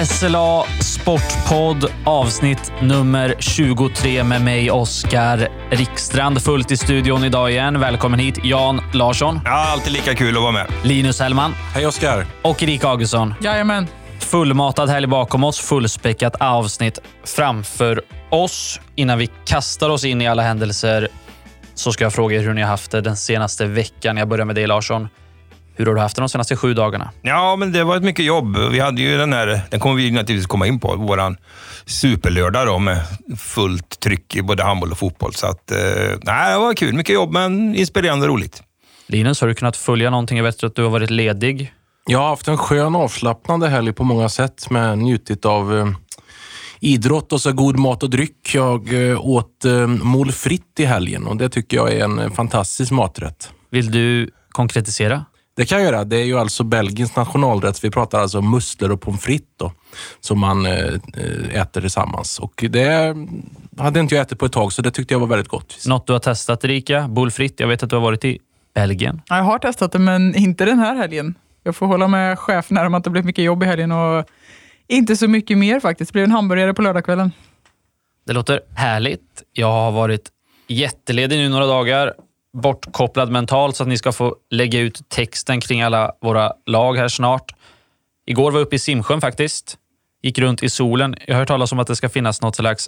SLA Sportpodd avsnitt nummer 23 med mig Oskar Rikstrand. Fullt i studion idag igen. Välkommen hit Jan Larsson. Ja, alltid lika kul att vara med. Linus Hellman. Hej Oskar. Och Erik Augustsson. Jajamän. Fullmatad helg bakom oss, fullspäckat avsnitt framför oss. Innan vi kastar oss in i alla händelser så ska jag fråga er hur ni har haft det den senaste veckan. Jag börjar med dig Larsson. Hur har du haft det de senaste 7 dagarna? Ja, men det var ett mycket jobb. Vi hade ju den kommer vi naturligtvis komma in på, våran superlördag då, med fullt tryck i både handboll och fotboll. Så att, det var kul. Mycket jobb, men inspirerande och roligt. Linus, har du kunnat följa någonting? Jag vet att du har varit ledig. Jag har haft en skön avslappnande helg på många sätt, med njutit av idrott och så god mat och dryck. Jag åt moules frites i helgen och det tycker jag är en fantastisk maträtt. Vill du konkretisera? Det kan jag göra. Det är ju alltså Belgiens nationalrätt. Vi pratar alltså om musslor och pommes frites då, som man äter tillsammans. Och det hade inte jag ätit på ett tag, så det tyckte jag var väldigt gott. Något du har testat, Erika? Moules frites. Jag vet att du har varit i Belgien. Jag har testat det, men inte den här helgen. Jag får hålla med chefen här om att det blev mycket jobb i helgen och inte så mycket mer faktiskt. Det blev en hamburgare på lördagskvällen. Det låter härligt. Jag har varit jätteledig nu några dagar. Bortkopplad mentalt så att ni ska få lägga ut texten kring alla våra lag här snart. Igår var jag uppe i Simsjön faktiskt. Gick runt i solen. Jag har hört talas om att det ska finnas något slags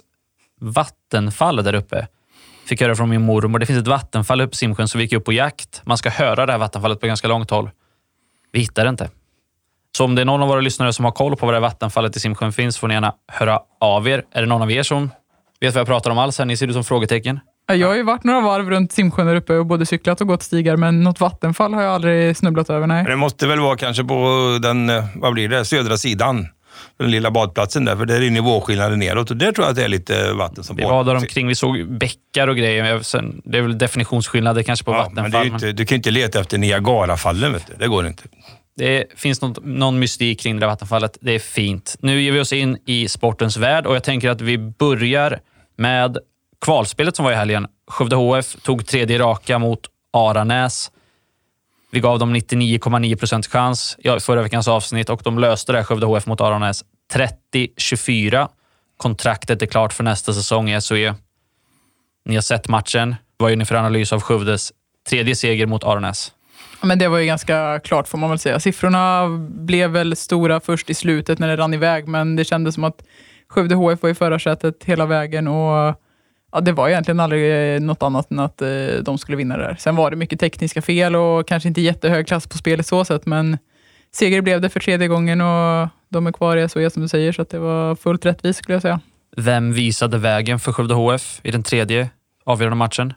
vattenfall där uppe. Fick höra från min mormor. Det finns ett vattenfall uppe i Simsjön, så vi gick upp på jakt. Man ska höra det här vattenfallet på ganska långt håll. Vi hittar det inte. Så om det är någon av våra lyssnare som har koll på vad det här vattenfallet i Simsjön finns, får ni gärna höra av er. Är det någon av er som vet vad jag pratar om alls här? Ni ser ut som frågetecken. Jag har ju varit några varv runt Simsjön där uppe och både cyklat och gått stigar, men något vattenfall har jag aldrig snubblat över, nej. Det måste väl vara kanske på den, södra sidan, den lilla badplatsen där, för där är nivåskillnaden neråt och där tror jag att det är lite vatten som vi var där omkring, vi såg bäckar och grejer. Sen, det är väl definitionsskillnader kanske på vattenfall. Men det är ju inte, du kan ju inte leta efter Niagarafallen, vet du. Det går inte. Det finns någon mystik kring det där vattenfallet. Det är fint. Nu ger vi oss in i sportens värld och jag tänker att vi börjar med kvalspelet som var i helgen. Skövde HF tog 3:e raka mot Aranäs. Vi gav dem 99,9% chans i förra veckans avsnitt och de löste det här, Skövde HF mot Aranäs 30-24. Kontraktet är klart för nästa säsong i SOE. Ni har sett matchen. Vad är ni för analys av Skövdes 3:e seger mot Aranäs? Men det var ju ganska klart, får man väl säga. Siffrorna blev väl stora först i slutet när det rann iväg, men det kändes som att Skövde HF var i förarsätet hela vägen och ja, det var egentligen aldrig något annat än att de skulle vinna det där. Sen var det mycket tekniska fel och kanske inte jättehög klass på spelet så sätt, men seger blev det för 3:e gången och de är kvar i SOE som du säger, så att det var fullt rättvist skulle jag säga. Vem visade vägen för Skövde HF i den 3:e avgörande matchen?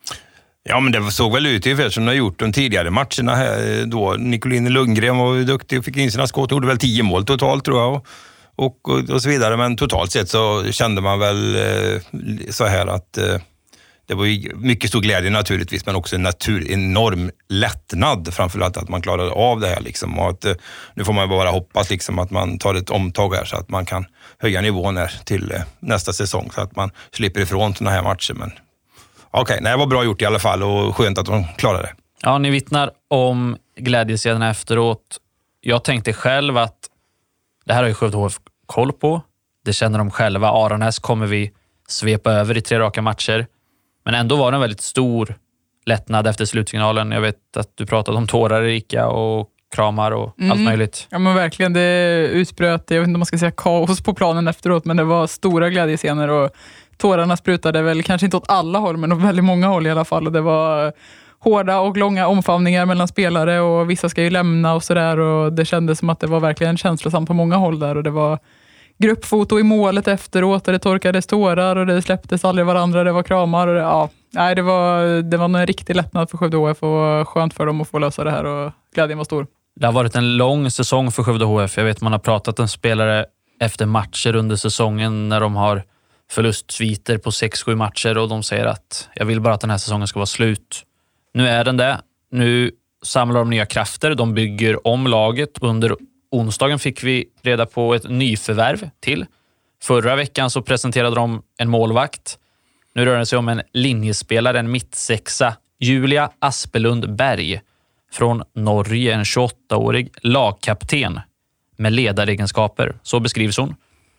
Ja, men det såg väl ut ungefär som de har gjort de tidigare matcherna här då. Nicoline Lundgren var ju duktig och fick in sina skott och gjorde väl 10 mål totalt tror jag. Och så vidare, men totalt sett så kände man väl så här att det var ju mycket stor glädje naturligtvis, men också en enorm lättnad framförallt att man klarade av det här liksom, och att nu får man bara hoppas liksom att man tar ett omtag här så att man kan höja nivån här till nästa säsong så att man slipper ifrån såna här matcher, men okej, det var bra gjort i alla fall och skönt att de klarade det. Ja, ni vittnar om glädjescenerna efteråt. Jag tänkte själv att det här har ju Skövde HF koll på. Det känner de själva. Aranäs kommer vi svepa över i 3 raka matcher. Men ändå var det en väldigt stor lättnad efter slutsignalen. Jag vet att du pratade om tårar, Erika, och kramar och allt möjligt. Ja, men verkligen. Det utbröt, jag vet inte om man ska säga kaos på planen efteråt, men det var stora glädjescener och tårarna sprutade väl kanske inte åt alla håll, men åt väldigt många håll i alla fall. Och det var hårda och långa omfamningar mellan spelare och vissa ska ju lämna och sådär, och det kändes som att det var verkligen känslosamt på många håll där, och det var gruppfoto i målet efteråt och det torkades tårar och det släpptes aldrig varandra, det var kramar och det var en riktig lättnad för Skövde HF och skönt för dem att få lösa det här och glädjen var stor. Det har varit en lång säsong för Skövde HF. Jag vet man har pratat om spelare efter matcher under säsongen när de har förlustsviter på 6-7 matcher och de säger att jag vill bara att den här säsongen ska vara slut. Nu är den det. Nu samlar de nya krafter. De bygger om laget. Under onsdagen fick vi reda på ett nyförvärv till. Förra veckan så presenterade de en målvakt. Nu rör det sig om en linjespelare, en mittsexa. Julia Aspelund Berg från Norge, en 28-årig lagkapten. med ledaregenskaper. Så beskrivs hon.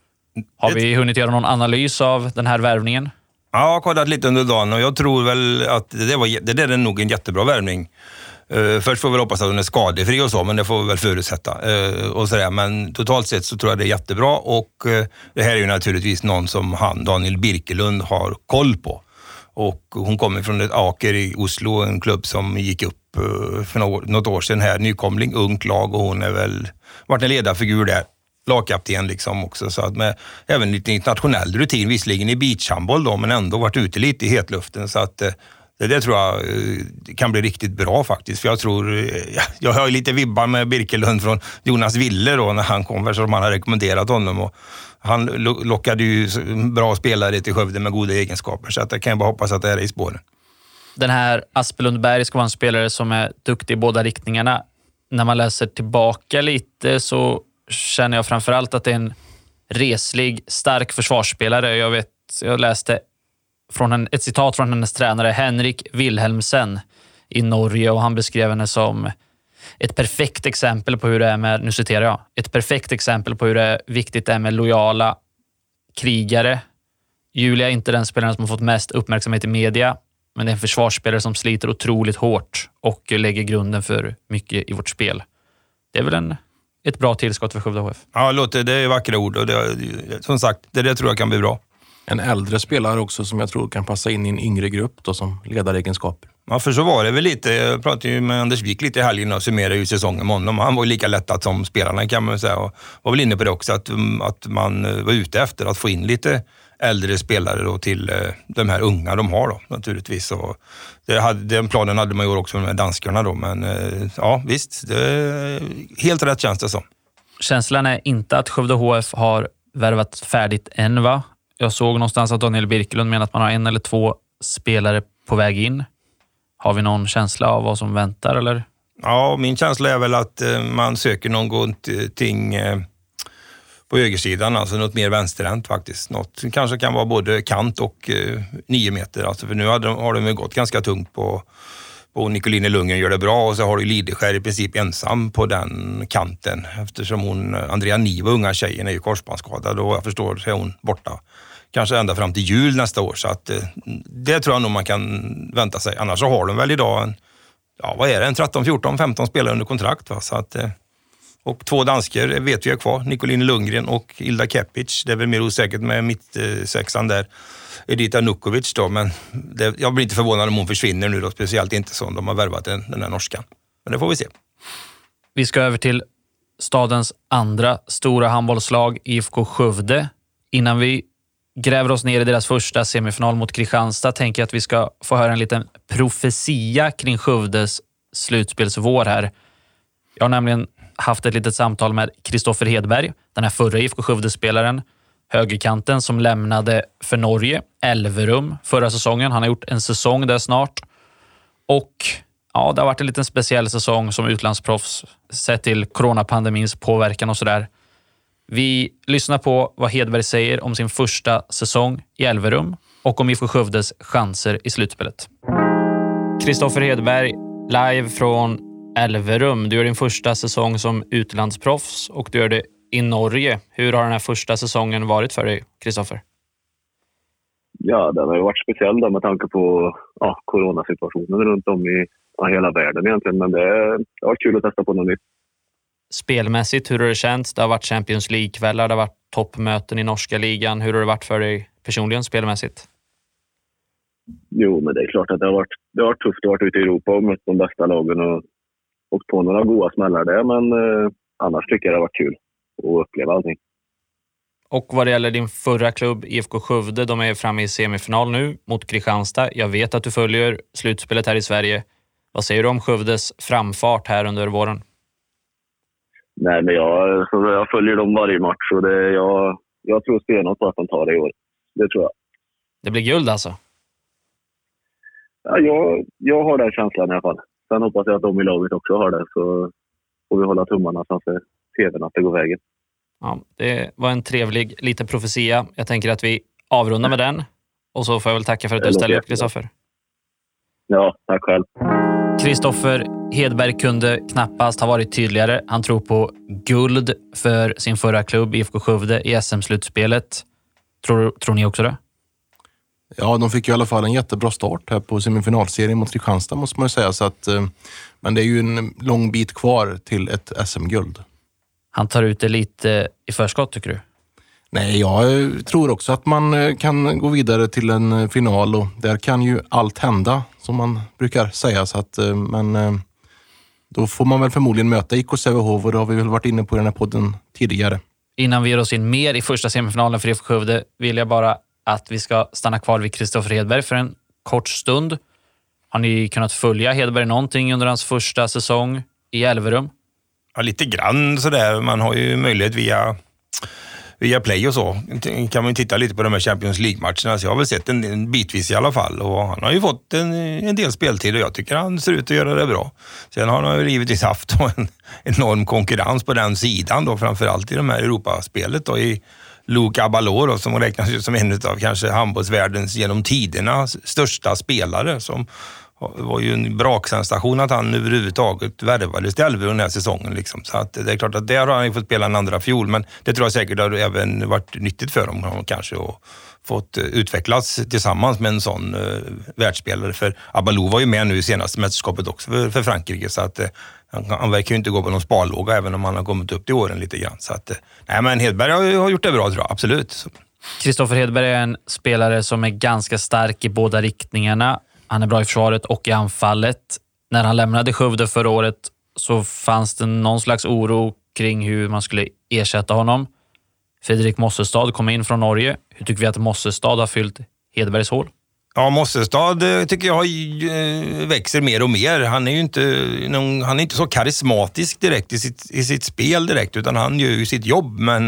Har vi hunnit göra någon analys av den här värvningen? Ja, jag har kollat lite under dagen och jag tror väl att det där är nog en jättebra värvning. Först får vi hoppas att hon är skadefri och så, men det får vi väl förutsätta. Och sådär. Men totalt sett så tror jag det är jättebra, och det här är ju naturligtvis någon som Daniel Birkelund har koll på. Och hon kommer från ett Aker i Oslo, en klubb som gick upp för något år sedan här, nykomling, ungt lag, och hon är väl varit en ledarfigur där. Lagkapten liksom också, så att med även lite internationell rutin, visserligen i beachhandboll då, men ändå varit ute lite i hetluften, så att det tror jag kan bli riktigt bra faktiskt. För jag tror, jag har lite vibbar med Birkelund från Jonas Wille då, när han kom, som han har rekommenderat honom, och han lockade ju bra spelare till Skövde med goda egenskaper, så att jag kan bara hoppas att det är i spåren. Den här Aspelund Berg ska vara en spelare som är duktig i båda riktningarna. När man läser tillbaka lite så känner jag framförallt att det är en reslig, stark försvarsspelare. Jag läste ett citat från hennes tränare Henrik Wilhelmsen i Norge, och han beskrev henne som ett perfekt exempel på hur det är med, nu citerar jag, ett perfekt exempel på hur det är viktigt det är med lojala krigare. Julia är inte den spelaren som har fått mest uppmärksamhet i media, men det är en försvarsspelare som sliter otroligt hårt och lägger grunden för mycket i vårt spel. Det är väl ett bra tillskott för Skövde HF. Ja, det är vackra ord, och som sagt, det tror jag kan bli bra. En äldre spelare också som jag tror kan passa in i en yngre grupp då, som ledaregenskaper. Ja, för så var det väl lite. Jag pratade ju med Anders Wik lite i helgen och summerade ju säsongen med honom. Han var ju lika lättad som spelarna, kan man säga, och var väl inne på det också, att man var ute efter att få in lite äldre spelare då till de här unga de har då, naturligtvis. Och den planen hade man ju också med danskarna då, men ja visst, det är helt rätt, känns det som. Känslan är inte att Skövde HF har värvat färdigt än, va? Jag såg någonstans att Daniel Birkelund menar att man har 1 eller 2 spelare på väg in. Har vi någon känsla av vad som väntar, eller? Ja, min känsla är väl att man söker någonting på högersidan, alltså något mer vänsterhänt faktiskt. Något kanske kan vara både kant och 9 meter. Alltså, för nu har de gått ganska tungt på Nicoline Lundgren, gör det bra, och så har du Lideskär i princip ensam på den kanten, eftersom Andrea Niva, unga tjejen, är ju korsbandsskadad, och jag förstår så är hon borta kanske ända fram till jul nästa år, så att det tror jag nog man kan vänta sig. Annars så har de väl idag en 13, 14, 15 spelare under kontrakt, va? Så att, och 2 dansker vet vi är kvar, Nicoline Lundgren och Ilda Kepic. Det är väl mer osäkert med mittsexan där, Edita Nukovic då, men jag blir inte förvånad om hon försvinner nu då, speciellt inte som de har värvat den här norskan. Men det får vi se. Vi ska över till stadens andra stora handbollslag, IFK Skövde. Innan vi gräver oss ner i deras första semifinal mot Kristianstad tänker jag att vi ska få höra en liten profetia kring Skövdes slutspelsvår här. Jag har nämligen haft ett litet samtal med Kristoffer Hedberg, den här förra IFK Skövde-spelaren, högerkanten som lämnade för Norge, Elverum, förra säsongen. Han har gjort en säsong där snart. Och ja, det har varit en liten speciell säsong som utlandsproffs sett till coronapandemins påverkan och sådär. Vi lyssnar på vad Hedberg säger om sin första säsong i Elverum och om IFK Skövdes chanser i slutspelet. Kristoffer Hedberg, live från Elverum. Du gör din första säsong som utlandsproffs och du gör det i Norge. Hur har den här första säsongen varit för dig, Kristoffer? Ja, den har ju varit speciell då med tanke på coronasituationen runt om i hela världen egentligen. Men det har varit kul att testa på något nytt. Spelmässigt, hur har det känts? Det har varit Champions League-kvällar, det har varit toppmöten i norska ligan. Hur har det varit för dig personligen spelmässigt? Jo, men det är klart att det har varit tufft att vara ute i Europa och mött de bästa lagen och på några goda smällar där. Men annars tycker jag det har varit kul att uppleva allting. Och vad det gäller din förra klubb, IFK Skövde, de är framme i semifinal nu mot Kristianstad. Jag vet att du följer slutspelet här i Sverige. Vad säger du om Skövdes framfart här under våren? Nej, men jag följer dem varje match och jag tror stenhårt på att de tar det i år. Det tror jag. Det blir guld alltså? Ja, jag har den känslan i alla fall. Sen hoppas jag att de i laget också har det, så får vi hålla tummarna framför tvn att det går vägen. Ja, det var en trevlig liten profetia. Jag tänker att vi avrundar med den. Och så får jag väl tacka för att du ställde upp, Kristoffer. Ja, tack själv. Kristoffer Hedberg kunde knappast ha varit tydligare. Han tror på guld för sin förra klubb IFK Skövde i SM-slutspelet. Tror ni också det? Ja, de fick ju i alla fall en jättebra start här på semifinalserien mot Kristianstad, måste man ju säga. Så att, men det är ju en lång bit kvar till ett SM-guld. Han tar ut det lite i förskott, tycker du? Nej, jag tror också att man kan gå vidare till en final, och där kan ju allt hända, som man brukar säga. Så att, men då får man väl förmodligen möta IK Sävehof, och det har vi väl varit inne på i den här podden tidigare. Innan vi ger oss in mer i första semifinalen för IFK Skövde vill jag bara att vi ska stanna kvar vid Kristoffer Hedberg för en kort stund. Har ni kunnat följa Hedberg någonting under hans första säsong i Elverum? Ja, lite grann sådär. Man har ju möjlighet via Play och så. Kan man titta lite på de här Champions League-matcherna. Så jag har väl sett en bitvis i alla fall. Och han har ju fått en del speltid och jag tycker han ser ut att göra det bra. Sen har han ju givetvis haft en enorm konkurrens på den sidan då, framförallt i de här Europaspelet då, i Luca Abalor som räknas som en av kanske handbollsvärldens genom tiderna största spelare, som var ju en braksensation att han överhuvudtaget värvades till Elverum den här säsongen. Liksom. Så att det är klart att där har han ju fått spela en andra fjol, men det tror jag säkert har även varit nyttigt för dem kanske och fått utvecklas tillsammans med en sån världsspelare. För Abalou var ju med nu i senaste mästerskapet också för Frankrike, så att han verkar ju inte gå på någon sparlåga även om han har kommit upp till åren lite grann. Så att, nej, men Hedberg har gjort det bra, tror jag, absolut. Kristoffer Hedberg är en spelare som är ganska stark i båda riktningarna. Han är bra i försvaret och i anfallet. När han lämnade Skövde förra året så fanns det någon slags oro kring hur man skulle ersätta honom. Fredrik Mossestad kom in från Norge. Hur tycker vi att Mossestad har fyllt Hedbergs hål? Ja, Mossestad tycker jag växer mer och mer. Han är ju inte så karismatisk direkt i sitt spel direkt, utan han gör ju sitt jobb, men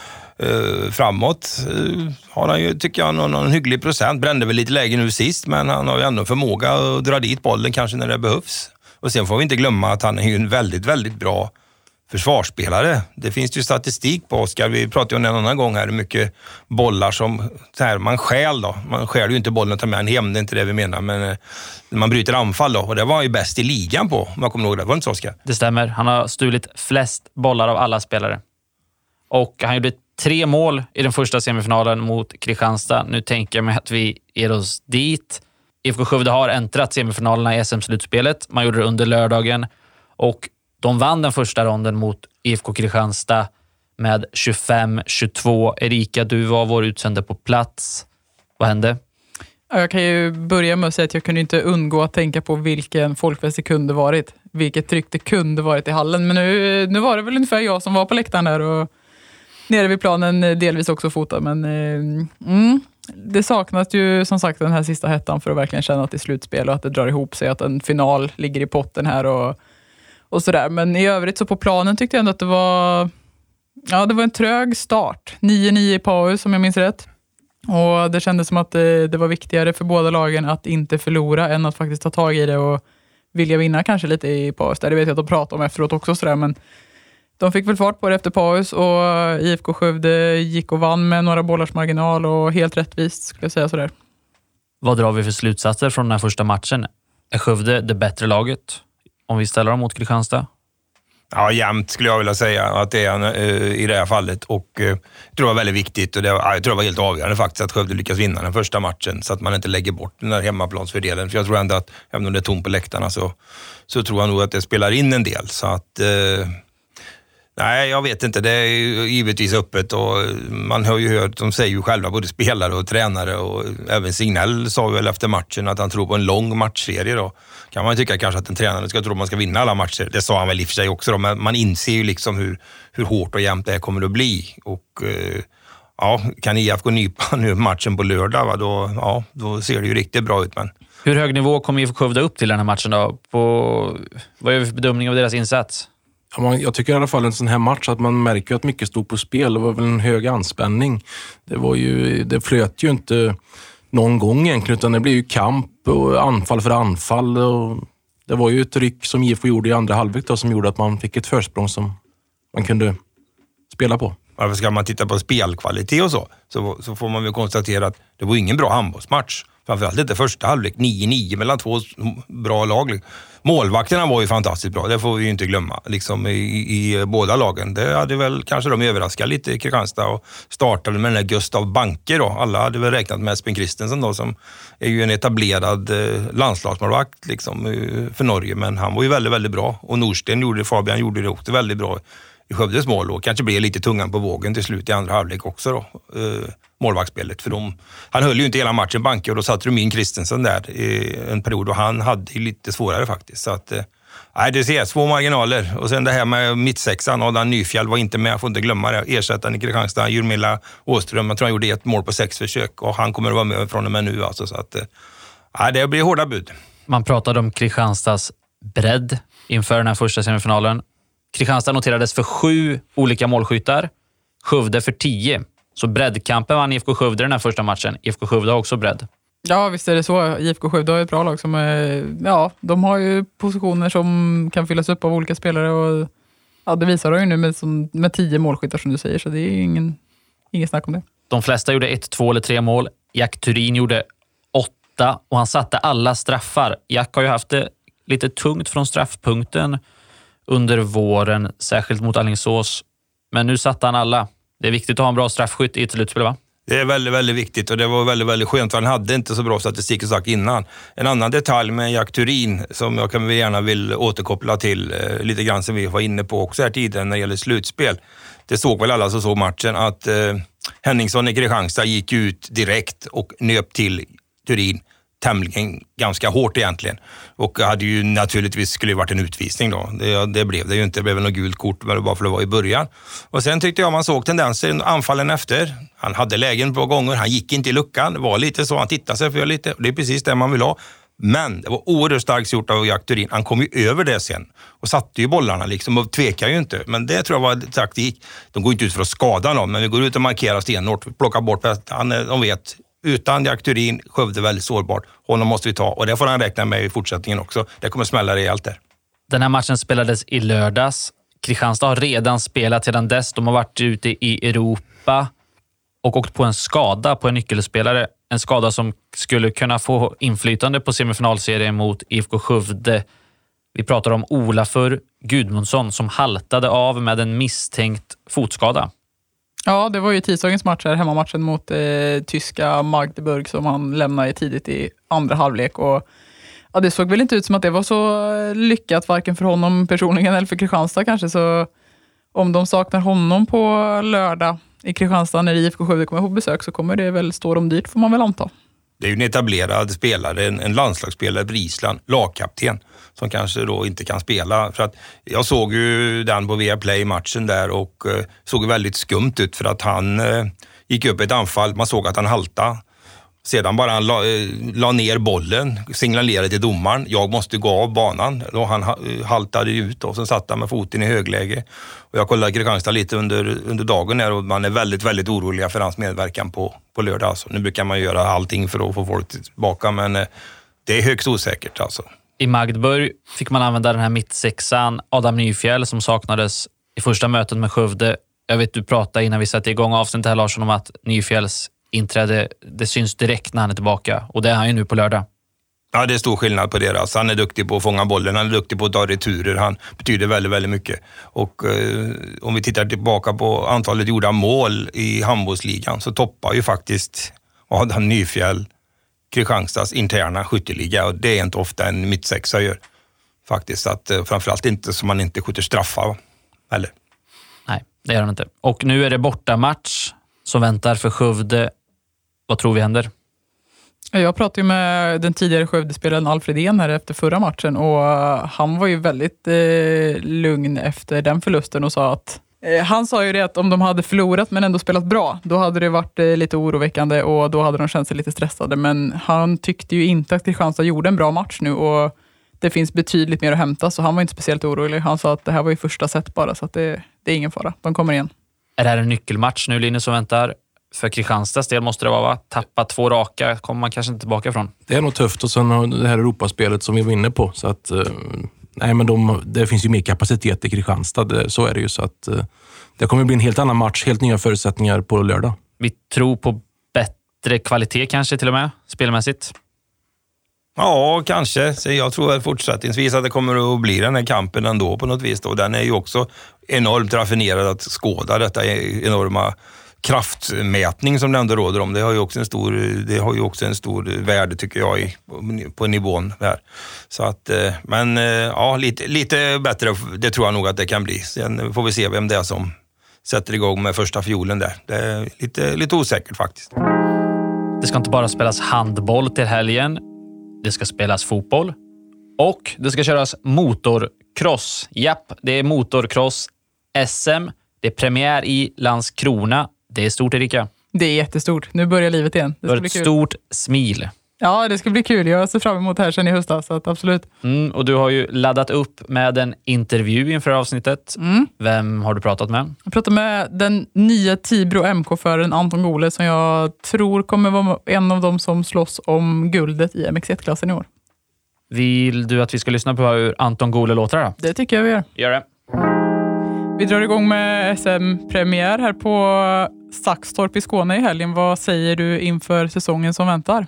framåt har han ju, tycker jag, någon hygglig procent. Brände väl lite läge nu sist, men han har ju ändå förmåga att dra dit bollen kanske när det behövs. Och sen får vi inte glömma att han är ju en väldigt, väldigt bra försvarsspelare. Det finns ju statistik på, Oskar. Vi pratade om en annan gång här hur mycket bollar som så här, man stjäl då. Man stjäl ju inte bollen och tar med en hem, det är inte det vi menar. Men man bryter anfall då. Och det var han ju bäst i ligan på, om jag kommer ihåg det. Var det inte så, Oskar? Det stämmer. Han har stulit flest bollar av alla spelare. Och han gjorde 3 mål i den första semifinalen mot Kristianstad. Nu tänker jag mig att vi ger oss dit. IFK Skövde har äntrat semifinalerna i SM-slutspelet. Man gjorde det under lördagen. Och de vann den första ronden mot IFK Kristianstad med 25-22. Erika, du var vår utsände på plats. Vad hände? Jag kan ju börja med att säga att jag kunde inte undgå att tänka på vilken folkfest det kunde varit. Vilket tryck det kunde varit i hallen. Men nu var det väl ungefär jag som var på läktaren där och nere vid planen delvis också fota. Men det saknas ju som sagt den här sista hettan för att verkligen känna att det är slutspel och att det drar ihop sig. Att en final ligger i potten här och sådär. Men i övrigt så på planen tyckte jag ändå att det var en trög start. 9-9 i paus, som jag minns rätt. Och det kändes som att det var viktigare för båda lagen att inte förlora än att faktiskt ta tag i det och vilja vinna kanske lite i paus. Det vet jag att de pratade om efteråt också sådär, men de fick väl fart på det efter paus och IFK Skövde gick och vann med några bollars marginal och helt rättvist, skulle jag säga sådär. Vad drar vi för slutsatser från den här första matchen? Är Skövde det bättre laget om vi ställer dem mot Kristianstad? Ja, jämnt skulle jag vilja säga att det är i det här fallet. Och jag tror det var väldigt viktigt och jag tror det var helt avgörande faktiskt att Skövde lyckas vinna den första matchen så att man inte lägger bort den där hemmaplansfördelen. För jag tror ändå att, även om det är tom på läktarna, så tror jag nog att det spelar in en del. Så att nej, jag vet inte. Det är ju givetvis öppet och man har ju hört, de säger ju själva, både spelare och tränare och även Signell sa väl efter matchen att han tror på en lång matchserie då. Kan man tycka kanske att en tränare ska tro att man ska vinna alla matcher. Det sa han väl i och för sig också då, men man inser ju liksom hur hårt och jämnt det kommer att bli. Och ja, kan IFK nypa nu matchen på lördag, va? Då ser det ju riktigt bra ut. Men hur hög nivå kommer IFK Skövde upp till den här matchen då? Vad är det för bedömning av deras insats? Jag tycker i alla fall en sån här match att man märker att mycket stod på spel. Det var väl en hög anspänning. Det flöt ju inte någon gång egentligen, utan det blev ju kamp och anfall för anfall. Och det var ju ett ryck som IFK gjorde i andra halvlek då, som gjorde att man fick ett försprång som man kunde spela på. Varför ska man titta på spelkvalitet och så får man väl konstatera att det var ingen bra handbollsmatch. Framförallt inte första halvlek, 9-9 mellan två bra lag. Målvakterna var ju fantastiskt bra, det får vi ju inte glömma. Liksom i båda lagen. Det hade väl kanske de överraskat lite i Kristianstad och startade med den där Gustav Banke då. Alla hade väl räknat med Espen Christensen då, som är ju en etablerad landslagsmålvakt liksom, för Norge. Men han var ju väldigt, väldigt bra. Och Fabian gjorde det också väldigt bra i Skövdes mål och kanske blev lite tungan på vågen till slut i andra halvlek också då. Målvaktsspelet. För han höll ju inte hela matchen Banke och då satt de in Christensen där i en period och han hade lite svårare faktiskt. Så att, det ser små marginaler. Och sen det här med mittsexan, Adam Nyfjäll var inte med, jag får inte glömma det. Ersättaren i Kristianstad, Jurmila Åström, jag tror han gjorde 1 mål på 6 försök och han kommer att vara med från och med nu. Alltså, så att, det blir hårda bud. Man pratade om Kristianstads bredd inför den här första semifinalen. Kristianstad noterades för 7 olika målskyttar, Skövde för 10. Så breddkampen vann IFK Skövde den här första matchen. IFK Skövde har också bredd. Ja, visst är det så. IFK Skövde har ett bra lag som de har ju positioner som kan fyllas upp av olika spelare och det visar de ju nu med 10 målskyttar som du säger, så det är ingen snack om det. De flesta gjorde 1, 2 eller 3 mål. Jack Turin gjorde 8 och han satte alla straffar. Jack har ju haft det lite tungt från straffpunkten under våren, särskilt mot Alingsås. Men nu satte han alla. Det är viktigt att ha en bra straffskytt i ett slutspel, va? Det är väldigt, väldigt viktigt och det var väldigt, väldigt skönt för han hade inte så bra statistik och sagt innan. En annan detalj med Jack Turin som jag kan gärna vill återkoppla till lite grann som vi var inne på också här tidigare när det gäller slutspel. Det såg väl alla som såg matchen att Henningsson i Kristianstad gick ut direkt och nöp till Turin tämligen ganska hårt egentligen. Och hade ju naturligtvis skulle varit en utvisning då. Det blev det ju inte. Det blev något gult kort bara för att det var i början. Och sen tyckte jag man såg tendenser anfallen efter. Han hade lägen på gånger. Han gick inte i luckan. Det var lite så. Han tittade sig för lite. Det är precis det man vill ha. Men det var oerhört starkt gjort av Jack Turin. Han kom ju över det sen. Och satte ju bollarna liksom och tvekar ju inte. Men det tror jag var taktik. De går inte ut för att skada någon. Men vi går ut och markerar stenhårt. Plockar bort. De vet. Utan Jack Turin, Skövde väldigt sårbart. Honom måste vi ta och det får han räkna med i fortsättningen också. Det kommer smälla rejält där. Den här matchen spelades i lördags. Kristianstad har redan spelat sedan dess. De har varit ute i Europa och åkt på en skada på en nyckelspelare. En skada som skulle kunna få inflytande på semifinalserien mot IFK Skövde. Vi pratar om Olafur Gudmundsson som haltade av med en misstänkt fotskada. Ja, det var ju tisdagens match här, hemmamatchen mot tyska Magdeburg som han lämnade tidigt i andra halvlek. Och det såg väl inte ut som att det var så lyckat varken för honom personligen eller för Kristianstad kanske. Så om de saknar honom på lördag i Kristianstad när IFK Skövde kommer på besök så kommer det väl stå dem dyrt får man väl anta. Det är ju en etablerad spelare, en landslagsspelare för Island, lagkapten som kanske då inte kan spela. För att jag såg ju den på Viaplay-matchen där och såg väldigt skumt ut för att han gick upp ett anfall. Man såg att han haltade. Sedan bara han la ner bollen, signalerade till domaren. Jag måste gå av banan. Och han haltade ut och så satt han med foten i högläge. Och jag kollade Kristianstad lite under dagen här och man är väldigt, väldigt oroliga för hans medverkan på lördag. Alltså. Nu brukar man göra allting för att få folk tillbaka men det är högst osäkert alltså. I Magdeburg fick man använda den här mittsexan Adam Nyfjäll som saknades i första mötet med Skövde. Jag vet du pratade innan vi satte igång avsnittet här Larsson om att Nyfjälls inträde, det syns direkt när han är tillbaka och det är han ju nu på lördag. Ja, det är stor skillnad på det. Alltså, han är duktig på att fånga bollen, han är duktig på att ta returer, han betyder väldigt, väldigt mycket. Och om vi tittar tillbaka på antalet gjorda mål i handbollsligan så toppar ju faktiskt Adam Nyfjäll Kristianstads interna skytteliga och det är inte ofta en mittsexa gör. Faktiskt, att framförallt inte som man inte skjuter straffar. Eller? Nej, det gör han inte. Och nu är det bortamatch som väntar för Skövde. Vad tror vi händer? Jag pratade ju med den tidigare Skövdespelaren Alfred En här efter förra matchen och han var ju väldigt lugn efter den förlusten och sa att han sa ju det att om de hade förlorat men ändå spelat bra, då hade det varit lite oroväckande och då hade de känt sig lite stressade. Men han tyckte ju inte att Kristianstad gjorde en bra match nu och det finns betydligt mer att hämta så han var inte speciellt orolig. Han sa att det här var ju första set bara så att det är ingen fara. De kommer igen. Är det här en nyckelmatch nu Linus som väntar? För Kristianstads del måste det vara va? Tappa 2 raka kommer man kanske inte tillbaka från. Det är nog tufft och sen har det här Europaspelet som vi var inne på så att Nej, men det finns ju mer kapacitet i Kristianstad, så är det ju. Så att det kommer bli en helt annan match, helt nya förutsättningar på lördag. Vi tror på bättre kvalitet kanske till och med, spelmässigt. Ja, kanske. Så jag tror fortsättningsvis att det kommer att bli den här kampen ändå på något vis. Och den är ju också enormt raffinerad att skåda detta enorma kraftmätning som det ändå råder om. Det har ju också en stor värde tycker jag på nivån där. Så att, men ja, lite bättre, det tror jag nog att det kan bli. Sen får vi se vem det är som sätter igång med första fiolen där. Det är lite osäkert faktiskt. Det ska inte bara spelas handboll till helgen. Det ska spelas fotboll. Och det ska köras motorcross. Japp, det är motorcross SM. Det är premiär i Landskrona. Det är stort, Erika. Det är jättestort. Nu börjar livet igen. Det ska bli kul. Stort smil. Ja, det ska bli kul. Jag ser fram emot det här sen i höstas, så att absolut. Och du har ju laddat upp med en intervju inför avsnittet. Vem har du pratat med? Jag pratat med den nya Tibro MK-föraren Anton Gole, som jag tror kommer vara en av dem som slåss om guldet i MX1-klassen i år. Vill du att vi ska lyssna på hur Anton Gole låter då? Det tycker jag vi gör. Gör det. Vi drar igång med SM-premiär här på Saxtorp i Skåne i helgen. Vad säger du inför säsongen som väntar?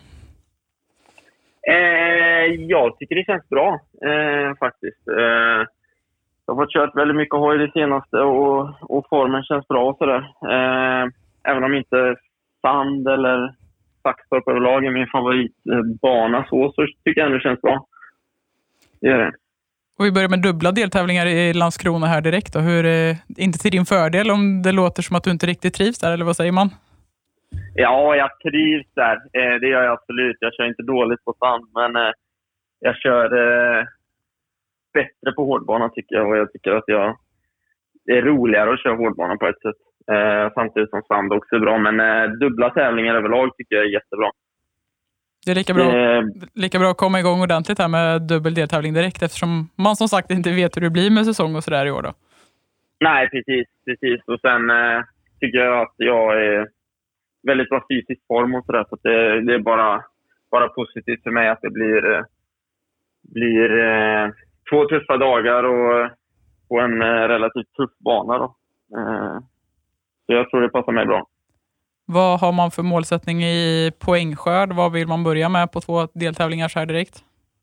Jag tycker det känns bra faktiskt. Jag har fått kört väldigt mycket hoj det senaste och formen känns bra och sådär. Även om inte Sand eller Saxtorp överlag är min favoritbana så tycker jag ändå det känns bra. Det gör det. Och vi börjar med dubbla deltävlingar i Landskrona här direkt då. Inte till din fördel om det låter som att du inte riktigt trivs där, eller vad säger man? Ja, jag trivs där. Det gör jag absolut. Jag kör inte dåligt på sand, men jag kör bättre på hårdbana tycker jag. Och jag tycker att det är roligare att köra hårdbana på ett sätt. Samtidigt som sand också är bra. Men dubbla tävlingar överlag tycker jag är jättebra. Det är lika bra att komma igång ordentligt här med dubbel deltävling direkt, eftersom man som sagt inte vet hur det blir med säsong och sådär i år då. Nej, precis. Och sen tycker jag att jag är väldigt bra fysisk form och sådär. Så att det är bara positivt för mig att det blir 2 tuffa dagar och på en relativt tuff bana då. Så jag tror det passar mig bra. Vad har man för målsättning i poängskörd? Vad vill man börja med på 2 deltävlingar så här direkt?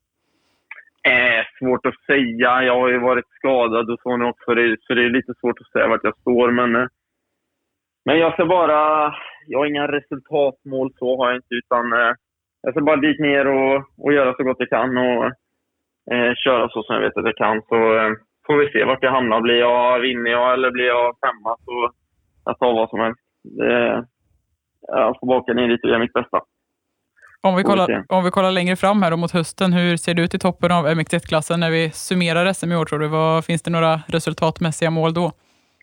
Svårt att säga. Jag har ju varit skadad och så nu också. Så det är lite svårt att säga vart jag står. Men jag ska jag har inga resultatmål så har jag inte. Utan jag ska bara dit ner och göra så gott jag kan. Och köra så som jag vet att jag kan. Så får vi se vart jag hamnar. Vinner jag eller blir jag 5:a så jag tar vad som helst. Jag får baka ner lite och göra mitt bästa. Om vi kollar längre fram här och mot hösten, hur ser det ut i toppen av MX1-klassen när vi summerar SM i år, tror du? Finns det några resultatmässiga mål då?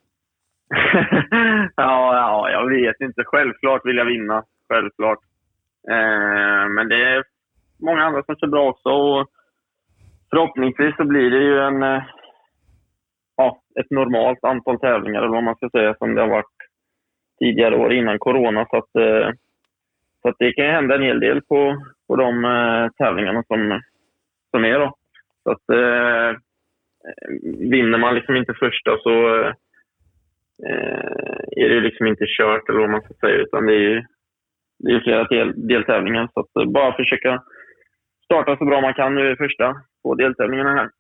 ja, jag vet inte. Självklart vill jag vinna. Självklart. Men det är många andra som kör bra också. Och förhoppningsvis så blir det ju ett normalt antal tävlingar, eller vad man ska säga, som det har varit tidigare år innan corona. Så att det kan hända en hel del på de tävlingarna som är då. Så att vinner man liksom inte första så är det liksom inte kört, eller vad man ska säga, utan det är flera deltävlingar. Så att bara försöka starta så bra man kan nu i första 2 deltävlingarna här.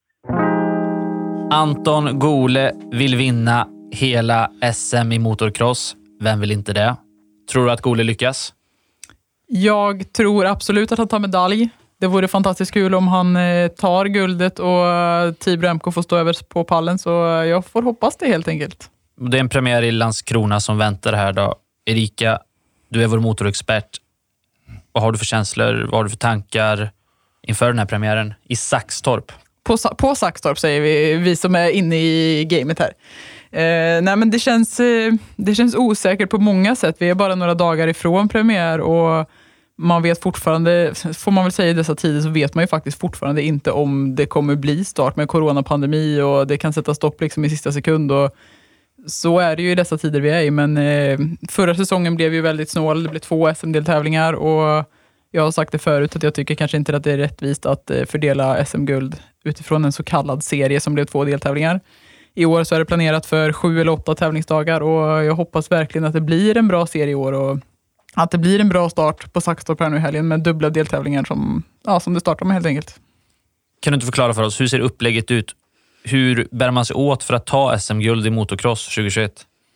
Anton Gole vill vinna hela SM i motocross. Vem vill inte det? Tror du att Gole lyckas? Jag tror absolut att han tar medalj. Det vore fantastiskt kul om han tar guldet och Tibro MK får stå över på pallen, så jag får hoppas det helt enkelt. Det är en premiär i Landskrona som väntar här då. Erika, du är vår motorexpert. Vad har du för känslor? Vad har du för tankar inför den här premiären i Saxtorp? På Saxtorp säger vi som är inne i gamet här. Nej, men det känns osäkert på många sätt. Vi är bara några dagar ifrån premiär och man vet fortfarande, får man väl säga i dessa tider, så vet man ju faktiskt fortfarande inte om det kommer bli start med coronapandemi och det kan sätta stopp liksom i sista sekund, och så är det ju i dessa tider vi är i. Men förra säsongen blev ju väldigt snål. Det blev 2 SM-deltävlingar och jag har sagt det förut att jag tycker kanske inte att det är rättvist att fördela SM-guld utifrån en så kallad serie som blev 2 deltävlingar. I år så är det planerat för 7 eller 8 tävlingsdagar och jag hoppas verkligen att det blir en bra serie i år och att det blir en bra start på Saxtorp här nu i helgen med dubbla deltävlingar som det startar med helt enkelt. Kan du inte förklara för oss, hur ser upplägget ut? Hur bär man sig åt för att ta SM-guld i motocross 2021?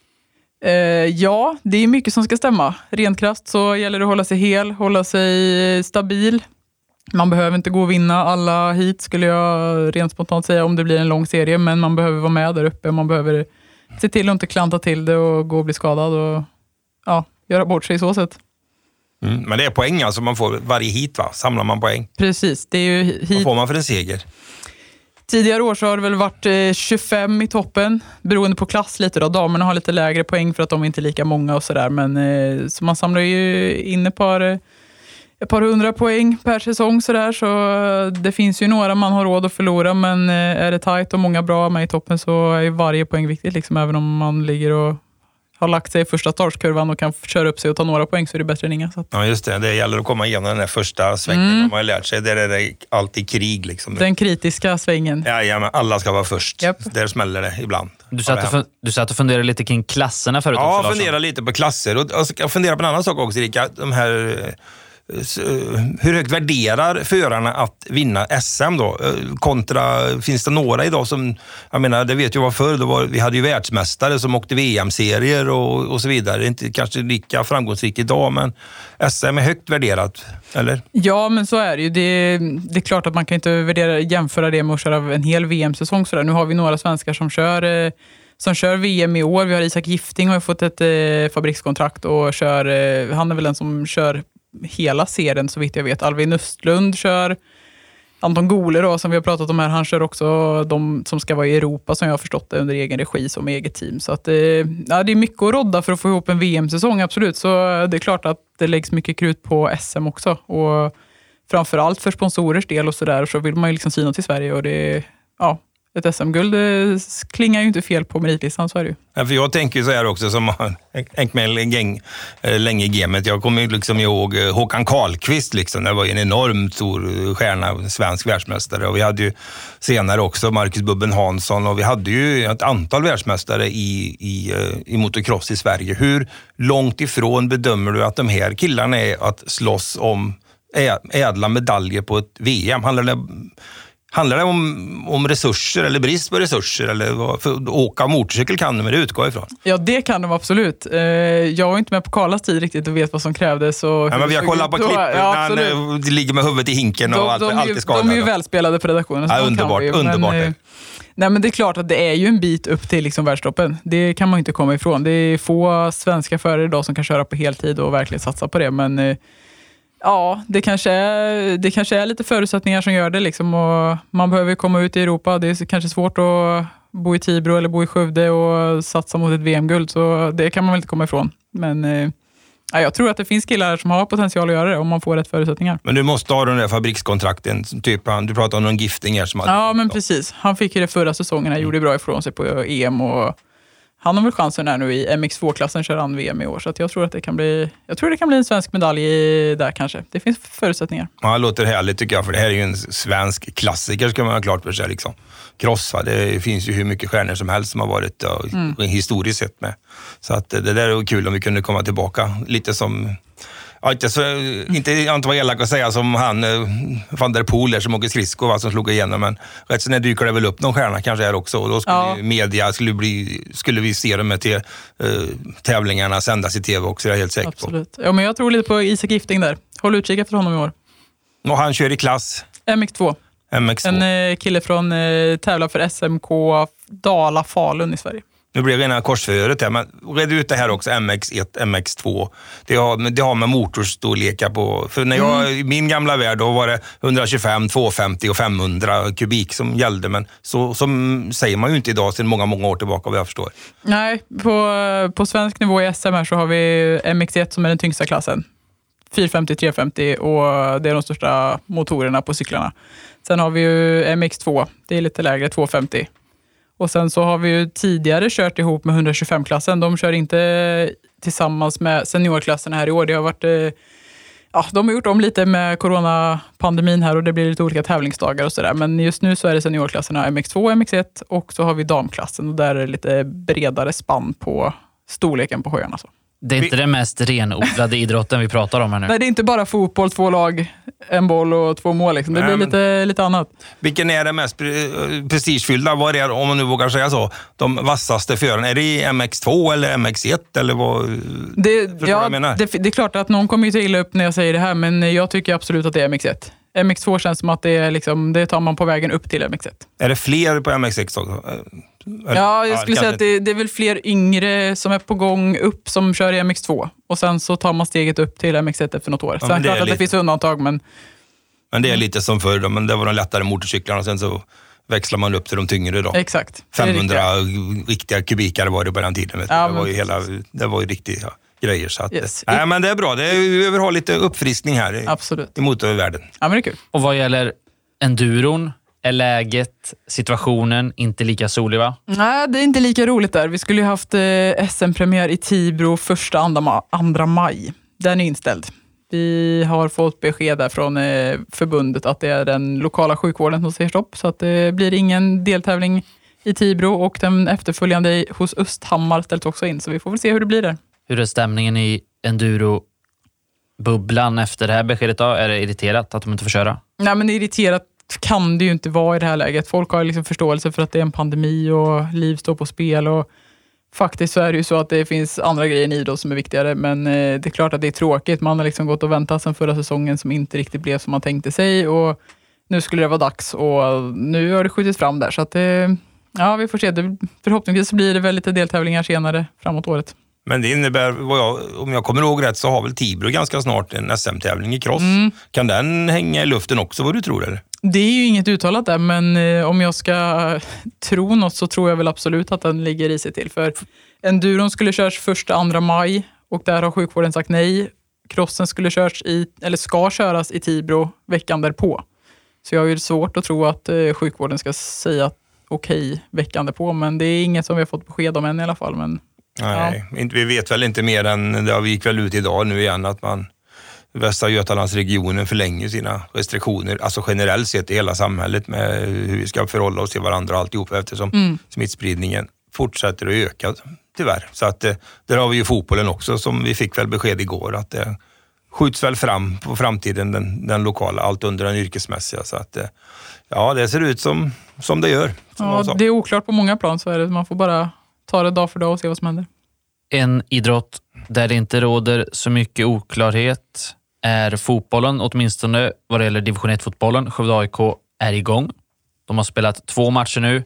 Ja, det är mycket som ska stämma. Rent krasst så gäller det att hålla sig hel, hålla sig stabil. Man behöver inte gå och vinna alla hit skulle jag rent spontant säga om det blir en lång serie, men man behöver vara med där uppe. Man behöver se till att inte klanta till det och gå och bli skadad och göra bort sig i så sätt. Men det är poäng alltså man får varje hit, va? Samlar man poäng. Precis, det är ju hit. Vad får man för en seger? Tidigare år så har det väl varit 25 i toppen, beroende på klass lite då. Damerna har lite lägre poäng för att de är inte är lika många och sådär. Men så man samlar ju in ett par 100 poäng per säsong sådär. Så det finns ju några man har råd att förlora, men är det tajt och många bra med i toppen så är ju varje poäng viktigt. Liksom, även om man ligger och har lagt sig i första startkurvan och kan köra upp sig och ta några poäng så är det bättre än inga. Så att... Ja just det, det gäller att komma igenom den där första svängen. Man har ju lärt sig, där är det alltid krig liksom. Den kritiska svängen. Ja, men alla ska vara först. Yep. Där smäller det ibland. Du satt och funderade lite kring klasserna förut. Ja, jag funderar lite på klasser och jag funderar på en annan sak också, Erika. De här... Hur högt värderar förarna att vinna SM då? Kontra, finns det några idag som, jag menar, det vet jag vad förr, vi hade ju världsmästare som åkte VM-serier och så vidare. Det är inte kanske lika framgångsrikt idag, men SM är högt värderat, eller? Ja, men så är det ju. Det är klart att man kan inte jämföra det med att köra en hel VM-säsong sådär. Nu har vi några svenskar som kör VM i år. Vi har Isak Gifting har fått ett fabrikskontrakt och kör, han är väl den som kör hela serien så vitt jag vet. Alvin Östlund kör, Anton Gole då, som vi har pratat om här, han kör också de som ska vara i Europa som jag har förstått det under egen regi som eget team. Så att det är mycket att rodda för att få ihop en VM-säsong, absolut. Så det är klart att det läggs mycket krut på SM också och framförallt för sponsorers del och sådär så vill man ju liksom synas till Sverige och det ett SM-guld klingar ju inte fel på meritlistan, så är det ju. Ja, för jag tänker ju så här också som har hängt med länge i gamet. Jag kommer liksom ihåg Håkan Karlqvist liksom. Det var ju en enormt stor stjärna, svensk världsmästare. Och vi hade ju senare också Marcus Bubben Hansson och vi hade ju ett antal världsmästare i motocross i Sverige. Hur långt ifrån bedömer du att de här killarna är att slåss om ädla medaljer på ett VM? Handlar det om resurser eller brist på resurser? Eller vad? För åka motorcykel kan de, men det utgår ifrån. Ja, det kan de absolut. Jag var inte med på Karlas tid riktigt och vet vad som krävdes. Och men vi har kollat på klipp när han ligger med huvudet i hinken och allt är skadad. De är ju välspelade på redaktionen. Ja, underbart. Nej, men det är klart att det är ju en bit upp till liksom världstoppen. Det kan man inte komma ifrån. Det är få svenska förare idag som kan köra på heltid och verkligen satsa på det. Men... Ja, det kanske är lite förutsättningar som gör det liksom, och man behöver komma ut i Europa. Det är kanske svårt att bo i Tibro eller bo i Skövde och satsa mot ett VM-guld, så det kan man väl inte komma ifrån. Men jag tror att det finns killar som har potential att göra det om man får rätt förutsättningar. Men du måste ha den där fabrikskontrakten, typ, du pratar om någon Gifting här som hade... Ja, men precis. Han fick ju det förra säsongen, han gjorde bra ifrån sig på EM och han har väl chansen här nu i MX2-klassen kör han VM i år. Så att jag tror att det kan bli en svensk medalj där kanske. Det finns förutsättningar. Ja, det låter härligt tycker jag. För det här är ju en svensk klassiker ska man ha klart för sig. Liksom. Cross, va? Det finns ju hur mycket stjärnor som helst som har varit historiskt sett med. Så att det där är kul om vi kunde komma tillbaka. Lite som... Ja, inte vara elak att säga som han Van der Poel där som åker skridskor som slog igenom, men rätt så när dyker det väl upp någon stjärna kanske här också och då skulle media skulle vi se dem med till tävlingarna sändas i tv också, jag är helt säker på. Absolut. Ja, men jag tror lite på Isak Gifting där. Håll utkik efter honom i år. Och han kör i klass? MX2. En kille från tävlar för SMK Dala Falun i Sverige. Nu blir det rena korsförhöret här, men red ut det här också, MX1, MX2. Det har med motorstorlekar på. För när jag i min gamla värld då var det 125, 250 och 500 kubik som gällde, men så som säger man ju inte idag sedan många år tillbaka vad jag förstår. Nej, på svensk nivå i SM här så har vi MX1 som är den tyngsta klassen. 450, 350 och det är de största motorerna på cyklarna. Sen har vi ju MX2, det är lite lägre, 250. Och sen så har vi ju tidigare kört ihop med 125-klassen. De kör inte tillsammans med seniorklassen här i år. Det har varit Ja, de har gjort om lite med coronapandemin här och det blir lite olika tävlingsdagar och sådär. Men just nu så är det seniorklasserna MX2 och MX1 och så har vi damklassen och där är det lite bredare spann på storleken på sjöarna. Så. Det är inte den mest renodlade idrotten vi pratar om här nu. Nej, det är inte bara fotboll, 2 lag, 1 boll och 2 mål. Liksom. Det blir lite annat. Vilken är det mest prestigefyllda? Vad är, om man nu vågar säga så, de vassaste förarna? Är det MX2 eller MX1? Eller vad, det är klart att någon kommer ju till upp när jag säger det här, men jag tycker absolut att det är MX1. MX2 känns som att det är liksom, det tar man på vägen upp till MX1. Är det fler på MX6 också? Ja, jag skulle säga att det är väl fler yngre som är på gång upp som kör i MX2. Och sen så tar man steget upp till MX1 efter något år. Sen är klart att det finns undantag, men det är lite som förr, men det var de lättare motorcyklarna och sen så växlar man upp till de tyngre då. Exakt. 500 riktiga kubikare var det på den tiden. Ja, det var ju riktiga grejer. Så att, yes. Nej, men det är bra. Vi behöver ha lite uppfriskning här absolut. I motorvärlden. Ja, men det är kul. Och vad gäller enduron, är läget, situationen inte lika solig, va? Nej, det är inte lika roligt där. Vi skulle ju haft SM-premiär i Tibro 1-2 maj. Den är inställd. Vi har fått besked där från förbundet att det är den lokala sjukvården som säger stopp. Så att det blir ingen deltävling i Tibro och den efterföljande hos Östhammar ställs också in. Så vi får väl se hur det blir där. Hur är stämningen i enduro-bubblan efter det här beskedet då? Är det irriterat att de inte får köra? Nej, men irriterat kan det ju inte vara i det här läget. Folk har liksom förståelse för att det är en pandemi och liv står på spel och faktiskt så är det ju så att det finns andra grejer än idrott som är viktigare, men det är klart att det är tråkigt. Man har liksom gått och väntat sedan förra säsongen som inte riktigt blev som man tänkte sig och nu skulle det vara dags och nu har det skjutit fram där så att ja, vi får se. Förhoppningsvis så blir det väl lite deltävlingar senare framåt året. Men det innebär, om jag kommer ihåg rätt, så har väl Tibro ganska snart en SM-tävling i cross. Kan den hänga i luften också, vad du tror, eller? Det är ju inget uttalat där, men om jag ska tro något så tror jag väl absolut att den ligger i sig till. För enduron skulle körs 1-2 maj och där har sjukvården sagt nej. Crossen ska köras i Tibro veckan därpå. Så jag har ju svårt att tro att sjukvården ska säga okej veckan därpå, men det är inget som vi har fått besked om än i alla fall. Men, nej, vi vet väl inte mer än det gick väl ut idag nu igen att Västra Götalandsregionen förlänger sina restriktioner, alltså generellt sett i hela samhället med hur vi ska förhålla oss till varandra och alltihop eftersom smittspridningen fortsätter att öka tyvärr. Så att där har vi ju fotbollen också som vi fick väl besked igår att det skjuts väl fram på framtiden den lokala, allt under den yrkesmässiga. Så att ja, det ser ut som det gör. Ja, det är oklart på många plan så är det. Man får bara ta det dag för dag och se vad som händer. En idrott där det inte råder så mycket oklarhet är fotbollen, åtminstone vad det gäller division 1-fotbollen. Skövde AIK är igång. De har spelat 2 matcher nu.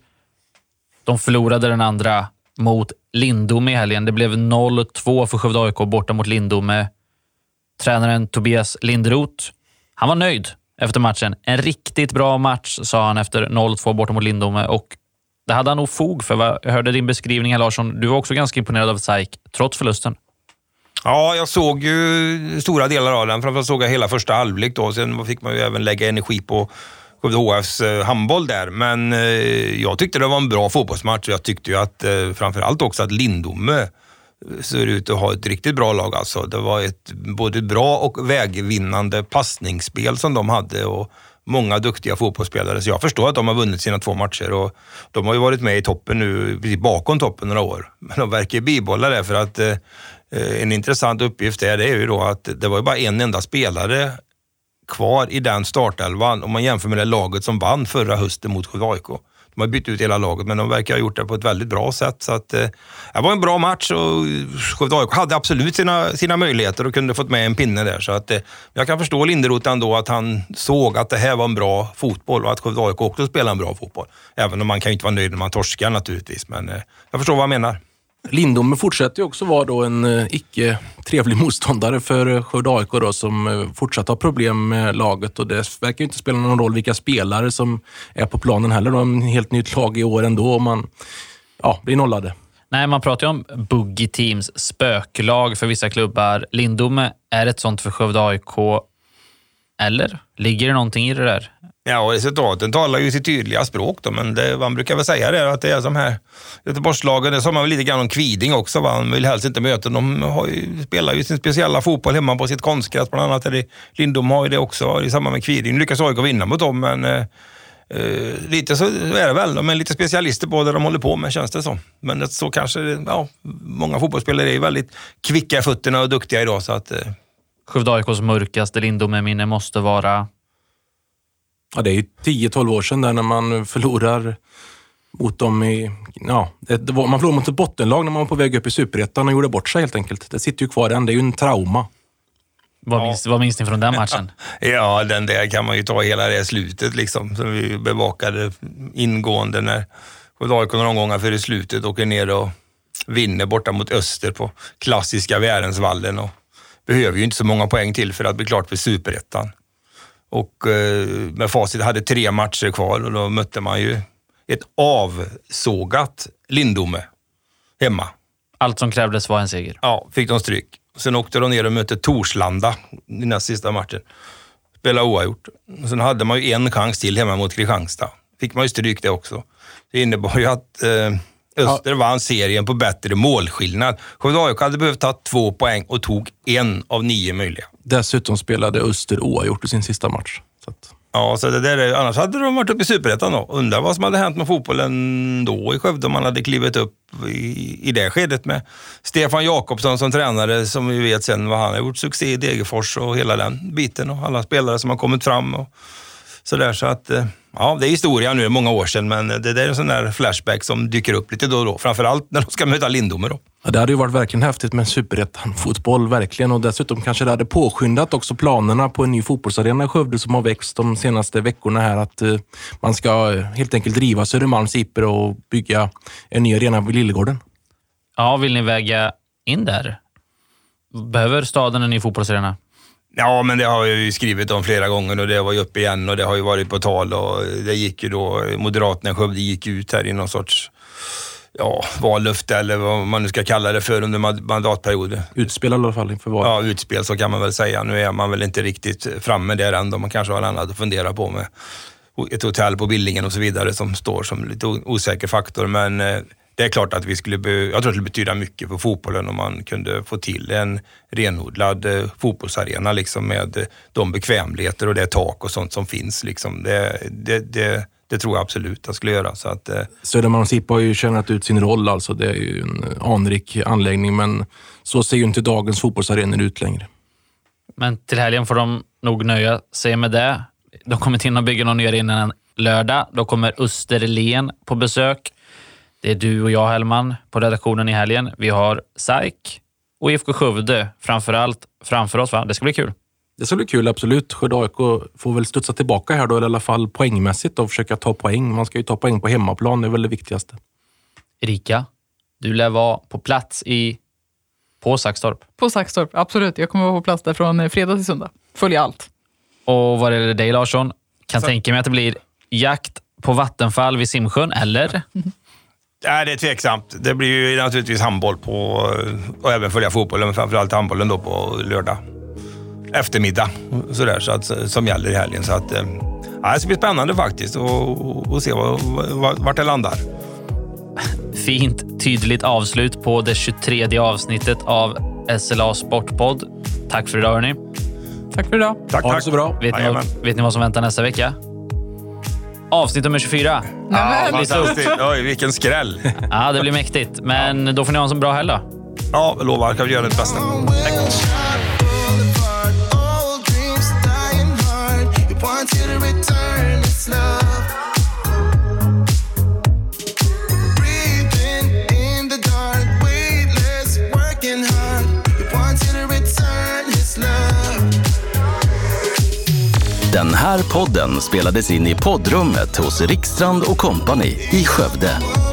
De förlorade den andra mot Lindome i helgen. Det blev 0-2 för Skövde AIK borta mot Lindome. Tränaren Tobias Linderoth, han var nöjd efter matchen. En riktigt bra match, sa han efter 0-2 borta mot Lindome, och det hade han nog fog för. Jag hörde din beskrivning här, Larsson. Du var också ganska imponerad av SAIK, trots förlusten. Ja, jag såg ju stora delar av den. Framförallt såg jag hela första halvlek då. Sen fick man ju även lägga energi på Skövde HFs handboll där. Men jag tyckte det var en bra fotbollsmatch. Jag tyckte ju att framförallt också att Lindome ser ut att ha ett riktigt bra lag. Alltså. Det var ett både bra och vägvinnande passningsspel som de hade och många duktiga fotbollsspelare. Så jag förstår att de har vunnit sina 2 matcher och de har ju varit med i toppen nu, precis bakom toppen några år. Men de verkar bibehålla det för att en intressant uppgift är ju då att det var ju bara en enda spelare kvar i den startelvan om man jämför med det laget som vann förra hösten mot Skövde AIK. De har bytt ut hela laget, men de verkar ha gjort det på ett väldigt bra sätt. Så att, det var en bra match och Skövde AIK hade absolut sina möjligheter och kunde fått med en pinne där. Så att, jag kan förstå Linderoth ändå att han såg att det här var en bra fotboll och att Skövde AIK också spelar en bra fotboll. Även om man kan ju inte vara nöjd när man torskar naturligtvis, men jag förstår vad han menar. Lindome fortsätter ju också vara då en icke trevlig motståndare för Skövde AIK då, som fortsatt har problem med laget, och det verkar ju inte spela någon roll vilka spelare som är på planen heller. De har en helt nytt lag i år ändå och man blir nollade. Nej, man pratar ju om buggy teams, spöklag för vissa klubbar. Lindome är ett sånt för Skövde AIK. Eller ligger det någonting i det där? Ja, och resultaten talar ju sitt tydliga språk då, men man brukar väl säga det att det är som här Göteborgslagen, det sa man väl lite grann om Kviding också, va? Man vill helst inte möta, spelar ju sin speciella fotboll hemma på sitt konstgräs bland annat, eller Lindom har ju det också i samband med Kviding. Lyckas AIK vinna mot dem, men lite så är det väl, de är lite specialister på det de håller på med, känns det som. Men så kanske, ja, många fotbollsspelare är väldigt kvicka i fötterna och duktiga idag, så att Skövde AIKs mörkaste Lindom-minne måste vara... Ja, det är ju 10-12 år sedan där när man förlorar mot dem i... Ja, man förlorar mot ett bottenlag när man var på väg upp i Superettan och gjorde bort sig helt enkelt. Det sitter ju kvar än, det är ju en trauma. Vad minns ni från den matchen? Ja, den där kan man ju ta hela det slutet liksom, som vi bevakade ingående när AIK några gånger för i slutet åker ner och vinner borta mot Öster på klassiska Värensvallen och behöver ju inte så många poäng till för att bli klart för Superettan. Och med facit hade 3 matcher kvar och då mötte man ju ett avsågat Lindome hemma. Allt som krävdes var en seger. Ja, fick de stryk. Sen åkte de ner och mötte Torslanda i nästa sista matchen. Spelade oavgjort. Sen hade man ju en chans till hemma mot Kristianstad. Fick man ju stryk det också. Det innebar ju att Öster vann serien på bättre målskillnad. Skövde AIK hade behövt ta 2 poäng och tog 1 av 9 möjliga. Dessutom spelade Öster oavgjort i sin sista match. Så att... Ja, så det där, annars hade de varit uppe i Superettan då. Undrar vad som hade hänt med fotbollen då i Skövde om man hade klivit upp i det skedet med Stefan Jakobsson som tränare, som vi vet sen vad han har gjort succé i Degerfors och hela den biten och alla spelare som har kommit fram och sådär. Så att, ja, det är historia nu, många år sedan, men det där är en sån där flashback som dyker upp lite då och då. Framförallt när de ska möta Lindome då. Ja, det hade ju varit verkligen häftigt med Superettan-fotboll, verkligen. Och dessutom kanske det hade påskyndat också planerna på en ny fotbollsarena i Skövde som har växt de senaste veckorna här. Att man ska helt enkelt driva Södermalms Iper och bygga en ny arena vid Lillegården. Ja, vill ni väga in där? Behöver staden en ny fotbollsarena? Ja, men det har jag ju skrivit om flera gånger och det var ju uppe igen och det har ju varit på tal och det gick ju då, Moderaterna i Skövde gick ut här i någon sorts vallöfte eller vad man nu ska kalla det för under mandatperioden. Utspel i alla fall inför val. Ja, utspel så kan man väl säga. Nu är man väl inte riktigt framme där ändå. Man kanske har annat att fundera på med ett hotell på Billingen och så vidare som står som lite osäker faktor, men det är klart att jag tror att det skulle betyda mycket för fotbollen om man kunde få till en renodlad fotbollsarena liksom med de bekvämligheter och det tak och sånt som finns. Liksom. Det tror jag absolut att jag skulle göra. Så att, Södermalms Iper har ju tjänat ut sin roll, alltså det är ju en anrik anläggning, men så ser ju inte dagens fotbollsarenor ut längre. Men till helgen får de nog nöja sig med det. De kommer till att bygga någon ny arena en lördag. Då kommer Österlen på besök. Det är du och jag, Hellman, på redaktionen i helgen. Vi har SAIK och IFK Skövde framförallt framför oss, va? Det ska bli kul. Det ska bli kul, absolut. Skövde AIK får väl studsa tillbaka här då, eller i alla fall poängmässigt och försöka ta poäng. Man ska ju ta poäng på hemmaplan, det är väl det viktigaste. Erika, du lär vara på plats på Saxtorp. På Saxtorp, absolut. Jag kommer vara på plats där från fredag till söndag. Följa allt. Och vad är det dig, Larsson? Kan tänka mig att det blir jakt på vattenfall vid Simsjön, eller? Nej, det är tveksamt. Det blir ju naturligtvis handboll på, och även följa fotbollen, men framförallt handbollen då på lördag eftermiddag sådär, så att, som gäller i helgen. Så att, det ska bli spännande faktiskt och se vart det landar. Fint, tydligt avslut på det 23:e avsnittet av SLA Sportpodd. Tack för idag, hörni. Tack för idag. Tack. Ha det så bra. Vet ni vad som väntar nästa vecka? Avsnitt nummer 24. Ja, fantastiskt. Oj, vilken skräll. Ja, det blir mäktigt. Men då får ni ha en så bra helg då. Ja, lovar. Kan vi göra det bästa. Tack. Den här podden spelades in i poddrummet hos Rickstrand och Company i Skövde.